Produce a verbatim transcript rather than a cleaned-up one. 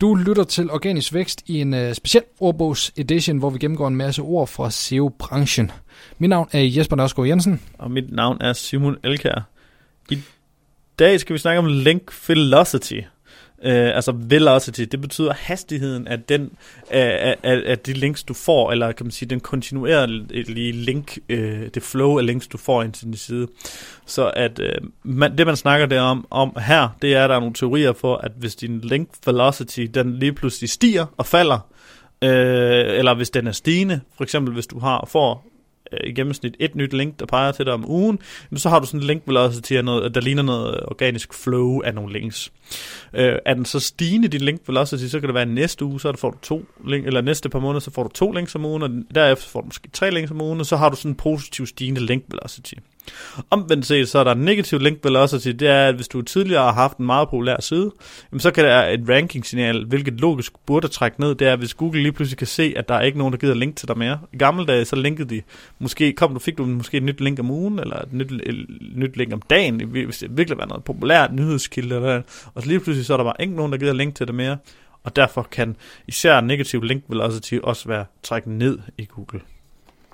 Du lytter til Organisk Vækst i en uh, speciel ordbogs-edition, hvor vi gennemgår en masse ord fra S E O-branchen. Mit navn er Jesper Nørskov Jensen. Og mit navn er Simon Elkjær. I dag skal vi snakke om link velocity. Uh, altså velocity, det betyder hastigheden af, den, af, af, af de links, du får, eller kan man sige, den kontinuerlige link, uh, det flow af links, du får ind til din side. Så at uh, man, det, man snakker derom om her, det er, at der er nogle teorier for, at hvis din link velocity, den lige pludselig stiger og falder, uh, eller hvis den er stigende, for eksempel hvis du har får i gennemsnit et nyt link, der peger til dig om ugen, så har du sådan en link velocity, der ligner noget organisk flow af nogle links. Øh, er den så stigende, din link velocity, så kan det være næste uge, så får du to link, eller næste par måneder, så får du to links om ugen, og derefter får du måske tre links om ugen, og så har du sådan en positiv stigende link velocity. Omvendt set, så er der en negativ link velocity, det er, at hvis du tidligere har haft en meget populær side, så kan der være et ranking-signal, hvilket logisk burde trække ned, det er, hvis Google lige pludselig kan se, at der er ikke nogen, der gider link til dig mere. I gamle dage, så linkede de, måske kom du, fik du måske et nyt link om ugen, eller et nyt, et nyt link om dagen, hvis det virkelig var noget populært nyhedskilde, eller, og så lige pludselig, så er der bare ikke nogen, der gider link til det mere, og derfor kan især negativ link velocity også være trækket ned i Google.